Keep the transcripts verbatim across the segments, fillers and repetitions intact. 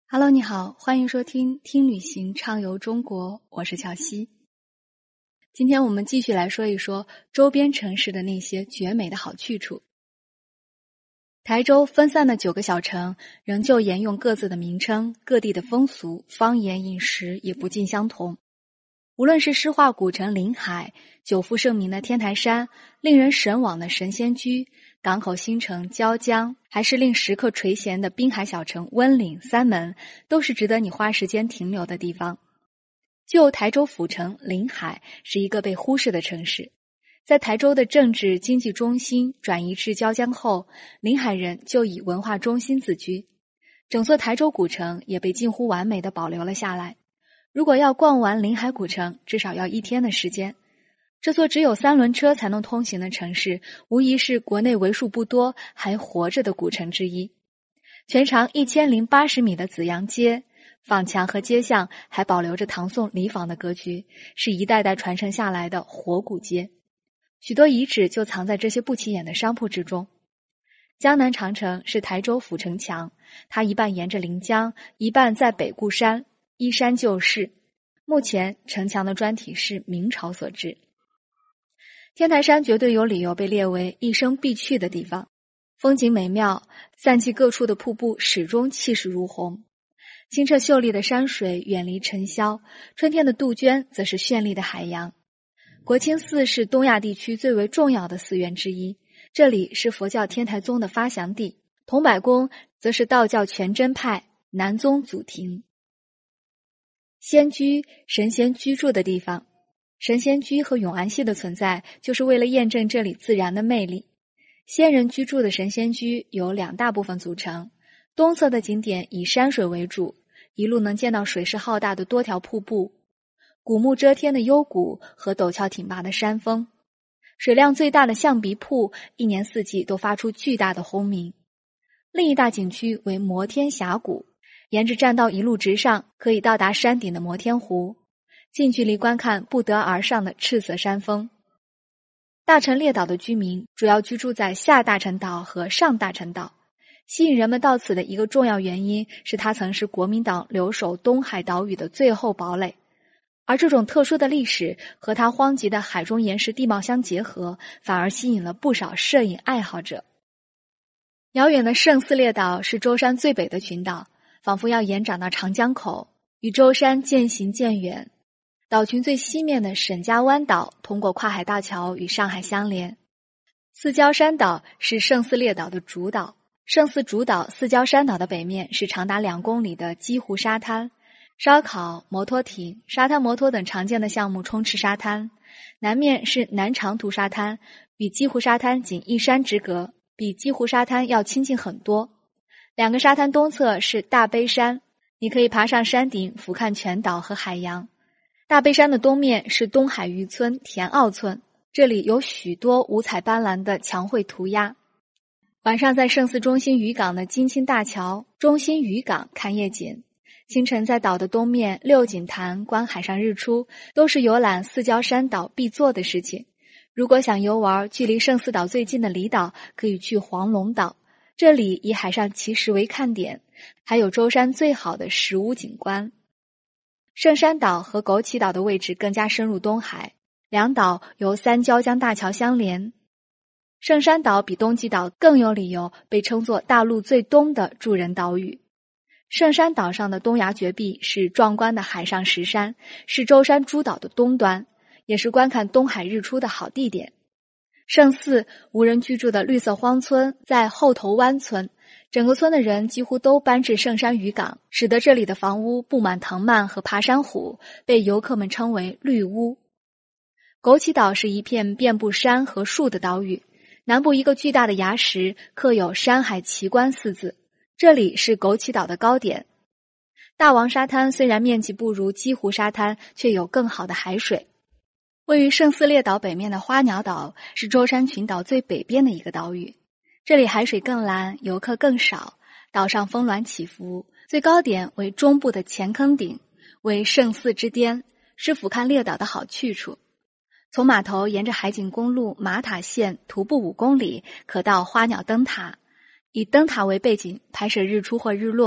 Hello， 你好，欢迎收听听旅行畅游中国，我是乔西。今天我们继续来说一说周边城市的那些绝美的好去处。台州分散的九个小城仍旧沿用各自的名称，各地的风俗、方言、饮食也不尽相同。无论是诗画古城临海、久负盛名的天台山、令人神往的神仙居、港口新城椒江，还是令食客垂涎的滨海小城温岭、三门，都是值得你花时间停留的地方。就台州府城临海是一个被忽视的城市，在台州的政治经济中心转移至椒江后，临海人就以文化中心自居，整座台州古城也被近乎完美地保留了下来。如果要逛完临海古城，至少要一天的时间。这座只有三轮车才能通行的城市，无疑是国内为数不多还活着的古城之一。全长一千零八十米的紫阳街，坊墙和街巷还保留着唐宋礼坊的格局，是一代代传承下来的活古街。许多遗址就藏在这些不起眼的商铺之中。江南长城是台州府城墙，它一半沿着临江，一半在北固山，依山就势。目前城墙的砖体是明朝所制。天台山绝对有理由被列为一生必去的地方，风景美妙，散迹各处的瀑布始终气势如虹。清澈秀丽的山水远离尘嚣，春天的杜鹃则是绚丽的海洋。国清寺是东亚地区最为重要的寺院之一，这里是佛教天台宗的发祥地，桐柏宫则是道教全真派南宗祖庭。仙居，神仙居住的地方。神仙居和永安溪的存在，就是为了验证这里自然的魅力。仙人居住的神仙居由两大部分组成，东侧的景点以山水为主，一路能见到水势浩大的多条瀑布，古木遮天的幽谷和陡峭挺拔的山峰。水量最大的象鼻瀑，一年四季都发出巨大的轰鸣。另一大景区为摩天峡谷，沿着栈道一路直上，可以到达山顶的摩天湖，近距离观看不得而上的赤色山峰。大陈列岛的居民主要居住在下大陈岛和上大陈岛，吸引人们到此的一个重要原因是它曾是国民党留守东海岛屿的最后堡垒，而这种特殊的历史和它荒瘠的海中岩石地貌相结合，反而吸引了不少摄影爱好者。遥远的圣斯列岛是舟山最北的群岛，仿佛要延展到长江口，与舟山渐行渐远。岛群最西面的沈家湾岛通过跨海大桥与上海相连。四礁山岛是圣斯列岛的主岛，圣斯主岛四礁山岛的北面是长达两公里的鸡湖沙滩，烧烤、摩托艇、沙滩摩托等常见的项目充斥沙滩。南面是南长途沙滩，与鸡湖沙滩仅一山之隔，比鸡湖沙滩要亲近很多。两个沙滩东侧是大杯山，你可以爬上山顶俯瞰全岛和海洋。大杯山的东面是东海渔村田澳村，这里有许多五彩斑斓的墙绘涂鸦。晚上在圣寺中心渔港的金青大桥中心渔港看夜景，清晨在岛的东面六景潭观海上日出，都是游览四礁山岛必做的事情。如果想游玩距离圣寺岛最近的离岛，可以去黄龙岛，这里以海上奇石为看点，还有舟山最好的石屋景观。圣山岛和枸杞岛的位置更加深入东海，两岛由三礁江大桥相连。圣山岛比东极岛更有理由被称作大陆最东的住人岛屿。圣山岛上的东崖绝壁是壮观的海上石山，是舟山诸岛的东端，也是观看东海日出的好地点。圣寺无人居住的绿色荒村在后头湾村，整个村的人几乎都搬至圣山渔港，使得这里的房屋布满藤蔓和爬山虎，被游客们称为绿屋。枸杞岛是一片遍布山和树的岛屿，南部一个巨大的崖石刻有山海奇观四字，这里是枸杞岛的高点。大王沙滩虽然面积不如鸡湖沙滩，却有更好的海水。位于圣斯列岛北面的花鸟岛是舟山群岛最北边的一个岛屿，这里海水更蓝，游客更少，岛上峰峦起伏，最高点为中部的前坑顶，为圣寺之巅，是俯瞰列岛的好去处。从码头沿着海景公路马塔线徒步五公里，可到花鸟灯塔，以灯塔为背景拍摄日出或日落，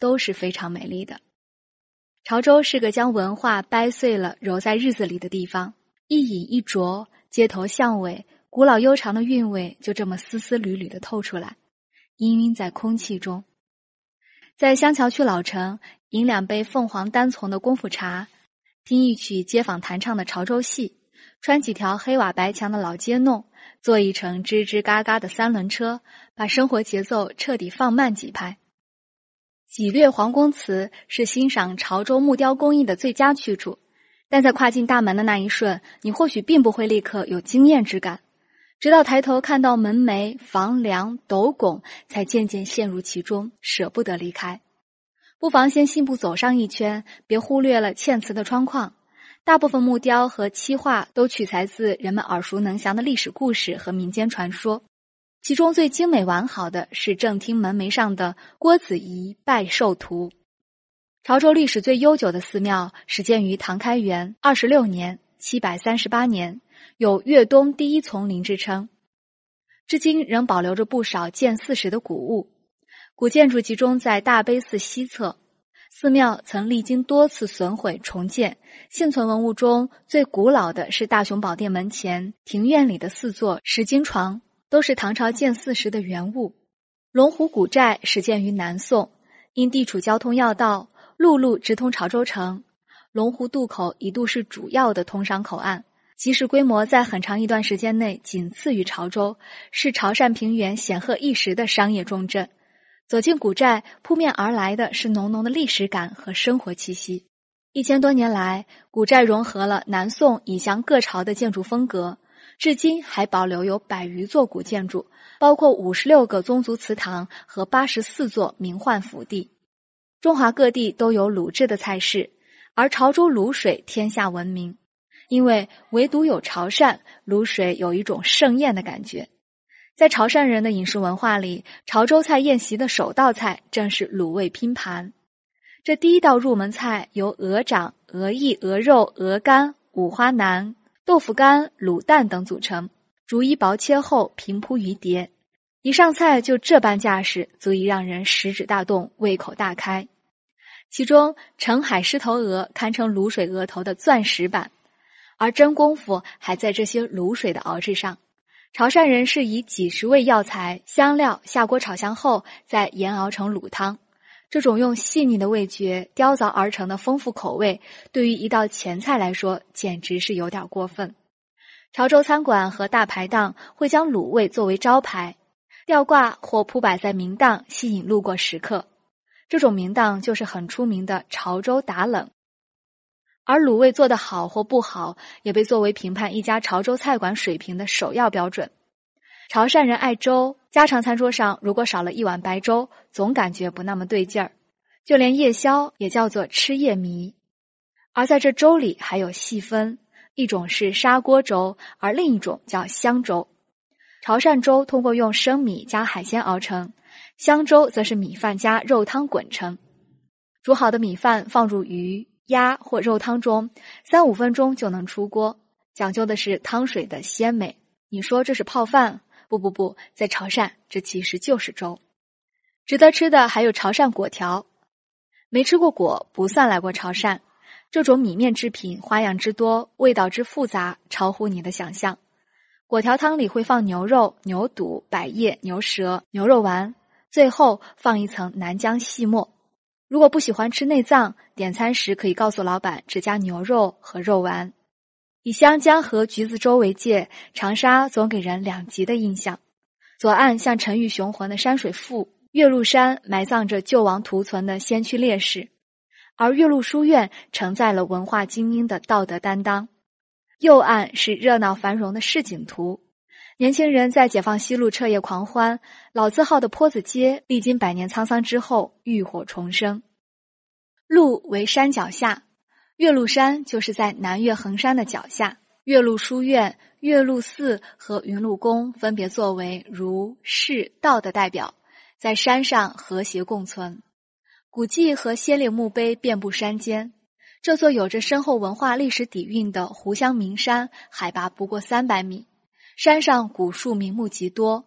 都是非常美丽的。潮州是个将文化掰碎了揉在日子里的地方，一饮一啄，街头巷尾，古老悠长的韵味就这么丝丝缕缕地透出来，氤氲在空气中。在香桥区老城，饮两杯凤凰单丛的功夫茶，听一曲街坊弹唱的潮州戏，穿几条黑瓦白墙的老街弄，坐一程吱吱嘎嘎的三轮车，把生活节奏彻底放慢几拍。几略皇宫祠是欣赏潮州木雕工艺的最佳去处，但在跨进大门的那一瞬，你或许并不会立刻有惊艳之感，直到抬头看到门楣、房梁、斗拱，才渐渐陷入其中，舍不得离开。不妨先信步走上一圈，别忽略了嵌瓷的窗框。大部分木雕和漆画都取材自人们耳熟能详的历史故事和民间传说，其中最精美完好的是正厅门楣上的郭子仪拜寿图。潮州历史最悠久的寺庙始建于唐开元二十六年七百三十八年，有粤东第一丛林之称，至今仍保留着不少建寺时的古物。古建筑集中在大悲寺西侧，寺庙曾历经多次损毁重建，现存文物中最古老的是大雄宝殿门前庭院里的四座石金床，都是唐朝建寺时的原物。龙湖古寨始建于南宋，因地处交通要道，陆路直通潮州城，龙湖渡口一度是主要的通商口岸，即使规模在很长一段时间内仅次于潮州，是潮汕平原显赫一时的商业重镇。走进古寨，扑面而来的是浓浓的历史感和生活气息。一千多年来，古寨融合了南宋以降各朝的建筑风格，至今还保留有百余座古建筑，包括五十六个宗族祠堂和八十四座名宦府邸。中华各地都有卤制的菜式，而潮州卤水天下闻名，因为唯独有潮汕，卤水有一种盛宴的感觉。在潮汕人的饮食文化里，潮州菜宴席的首道菜正是卤味拼盘。这第一道入门菜由鹅掌、鹅翼、鹅肉、鹅肝、五花腩、豆腐干、卤蛋等组成，逐一薄切后平铺于碟。一上菜就这般架势，足以让人食指大动，胃口大开。其中澄海狮头鹅堪称卤水鹅头的钻石版，而真功夫还在这些卤水的熬制上。潮汕人是以几十味药材、香料下锅炒香后，再研熬成卤汤。这种用细腻的味觉雕凿而成的丰富口味，对于一道前菜来说，简直是有点过分。潮州餐馆和大排档会将卤味作为招牌，吊挂或铺摆在明档，吸引路过食客。这种明档就是很出名的潮州打冷。而卤味做得好或不好，也被作为评判一家潮州菜馆水平的首要标准。潮汕人爱粥，家常餐桌上如果少了一碗白粥，总感觉不那么对劲儿。就连夜宵也叫做吃夜弥。而在这粥里还有细分，一种是砂锅粥，而另一种叫香粥。潮汕粥通过用生米加海鲜熬成，香粥则是米饭加肉汤滚成。煮好的米饭放入鱼、鸭或肉汤中，三五分钟就能出锅，讲究的是汤水的鲜美。你说这是泡饭？不不不，在潮汕这其实就是粥。值得吃的还有潮汕果条。没吃过果不算来过潮汕，这种米面制品花样之多，味道之复杂，超乎你的想象。果条汤里会放牛肉、牛肚、百叶、牛舌、牛肉丸，最后放一层南姜细末。如果不喜欢吃内脏，点餐时可以告诉老板只加牛肉和肉丸。以香江和橘子洲为界，长沙总给人两极的印象。左岸像沉郁雄浑的山水腹，岳麓山埋葬着救亡图存的先驱烈士，而岳麓书院承载了文化精英的道德担当。右岸是热闹繁荣的市井图，年轻人在解放西路彻夜狂欢，老字号的坡子街历经百年沧桑之后浴火重生。路为山脚下，岳麓山就是在南岳衡山的脚下，岳麓书院、岳麓寺和云麓宫分别作为儒、释、道的代表，在山上和谐共存。古迹和先烈墓碑遍布山间，这座有着深厚文化历史底蕴的湖湘名山，海拔不过三百米，山上古树名木极多，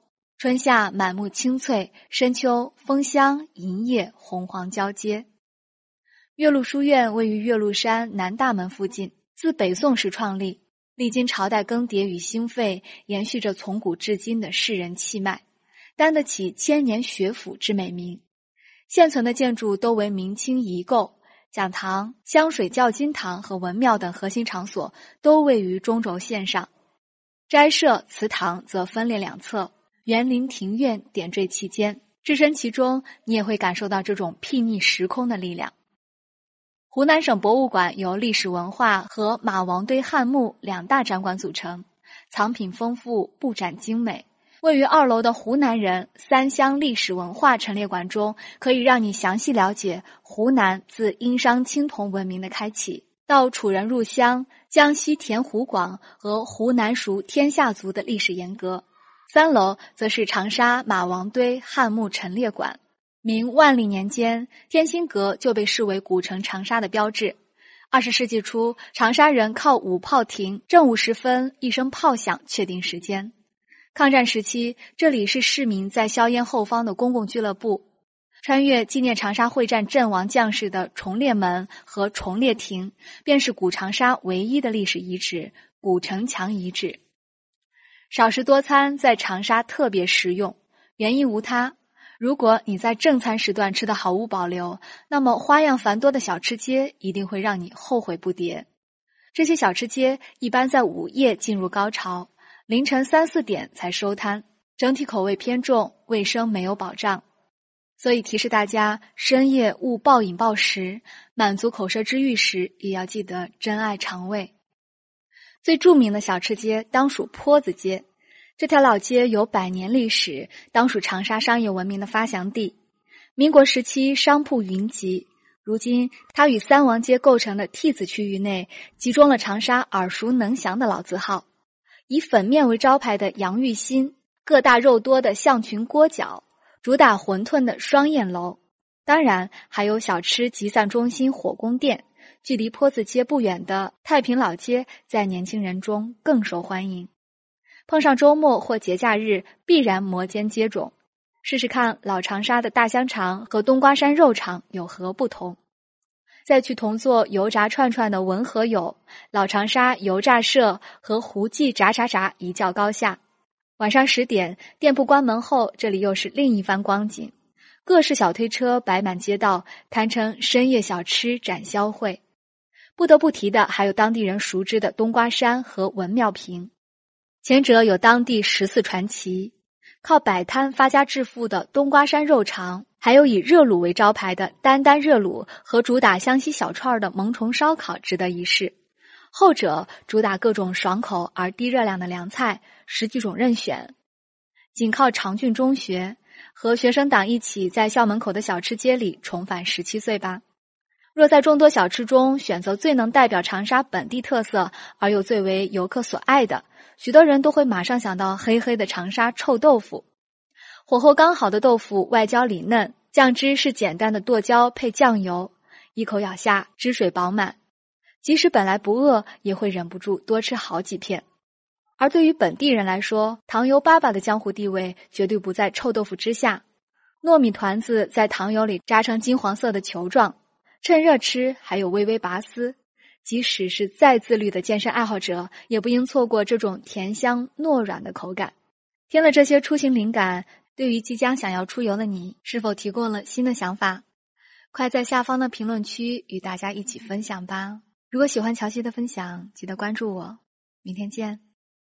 春夏满目青翠，深秋枫香银叶红黄交接。岳麓书院位于岳麓山南大门附近，自北宋时创立，历经朝代更迭与兴废，延续着从古至今的士人气脉，担得起千年学府之美名。现存的建筑都为明清遗构，讲堂、香水教经堂和文庙等核心场所都位于中轴线上，斋舍、祠堂则分列两侧，园林庭院点缀其间，置身其中，你也会感受到这种睥睨时空的力量。湖南省博物馆由历史文化和马王堆汉墓两大展馆组成，藏品丰富，布展精美。位于二楼的湖南人三湘历史文化陈列馆中，可以让你详细了解湖南自殷商青铜文明的开启，到楚人入湘、江西填湖广和湖南蜀天下族的历史沿革。三楼则是长沙马王堆汉墓陈列馆。明万历年间，天心阁就被视为古城长沙的标志。二十世纪初，长沙人靠五炮亭，正午时分一声炮响确定时间。抗战时期，这里是市民在硝烟后方的公共俱乐部。穿越纪念长沙会战阵亡将士的崇烈门和崇烈亭，便是古长沙唯一的历史遗址——古城墙遗址。少食多餐在长沙特别实用，原因无他。如果你在正餐时段吃得毫无保留，那么花样繁多的小吃街一定会让你后悔不迭。这些小吃街一般在午夜进入高潮，凌晨三四点才收摊，整体口味偏重，卫生没有保障。所以提示大家，深夜勿暴饮暴食，满足口舌之欲时也要记得珍爱肠胃。最著名的小吃街当属坡子街，这条老街有百年历史，当属长沙商业文明的发祥地。民国时期商铺云集，如今它与三王街构成的 T 字区域内，集中了长沙耳熟能详的老字号。以粉面为招牌的杨玉新，个大肉多的象群锅饺，主打馄饨的双燕楼，当然还有小吃集散中心火宫店。距离坡子街不远的太平老街，在年轻人中更受欢迎。碰上周末或节假日，必然摩肩接踵。试试看老长沙的大香肠和冬瓜山肉肠有何不同。再去同做油炸串串的文和友、老长沙油炸社和胡记炸炸炸一较高下。晚上十点，店铺关门后，这里又是另一番光景。各式小推车摆满街道，堪称深夜小吃展销会。不得不提的还有当地人熟知的冬瓜山和文庙坪。前者有当地十四传奇，靠摆摊发家致富的冬瓜山肉肠，还有以热卤为招牌的丹丹热卤和主打湘西小串的萌虫烧烤值得一试。后者主打各种爽口而低热量的凉菜，十几种任选。紧靠长郡中学，和学生党一起在校门口的小吃街里重返十七岁吧。若在众多小吃中选择最能代表长沙本地特色而又最为游客所爱的，许多人都会马上想到黑黑的长沙臭豆腐。火候刚好的豆腐外焦里嫩，酱汁是简单的剁椒配酱油，一口咬下汁水饱满，即使本来不饿也会忍不住多吃好几片。而对于本地人来说，糖油粑粑的江湖地位绝对不在臭豆腐之下。糯米团子在糖油里炸成金黄色的球状，趁热吃还有微微拔丝，即使是再自律的健身爱好者，也不应错过这种甜香糯软的口感。听了这些出行灵感，对于即将想要出游的你，是否提供了新的想法？快在下方的评论区与大家一起分享吧。如果喜欢乔西的分享，记得关注我，明天见。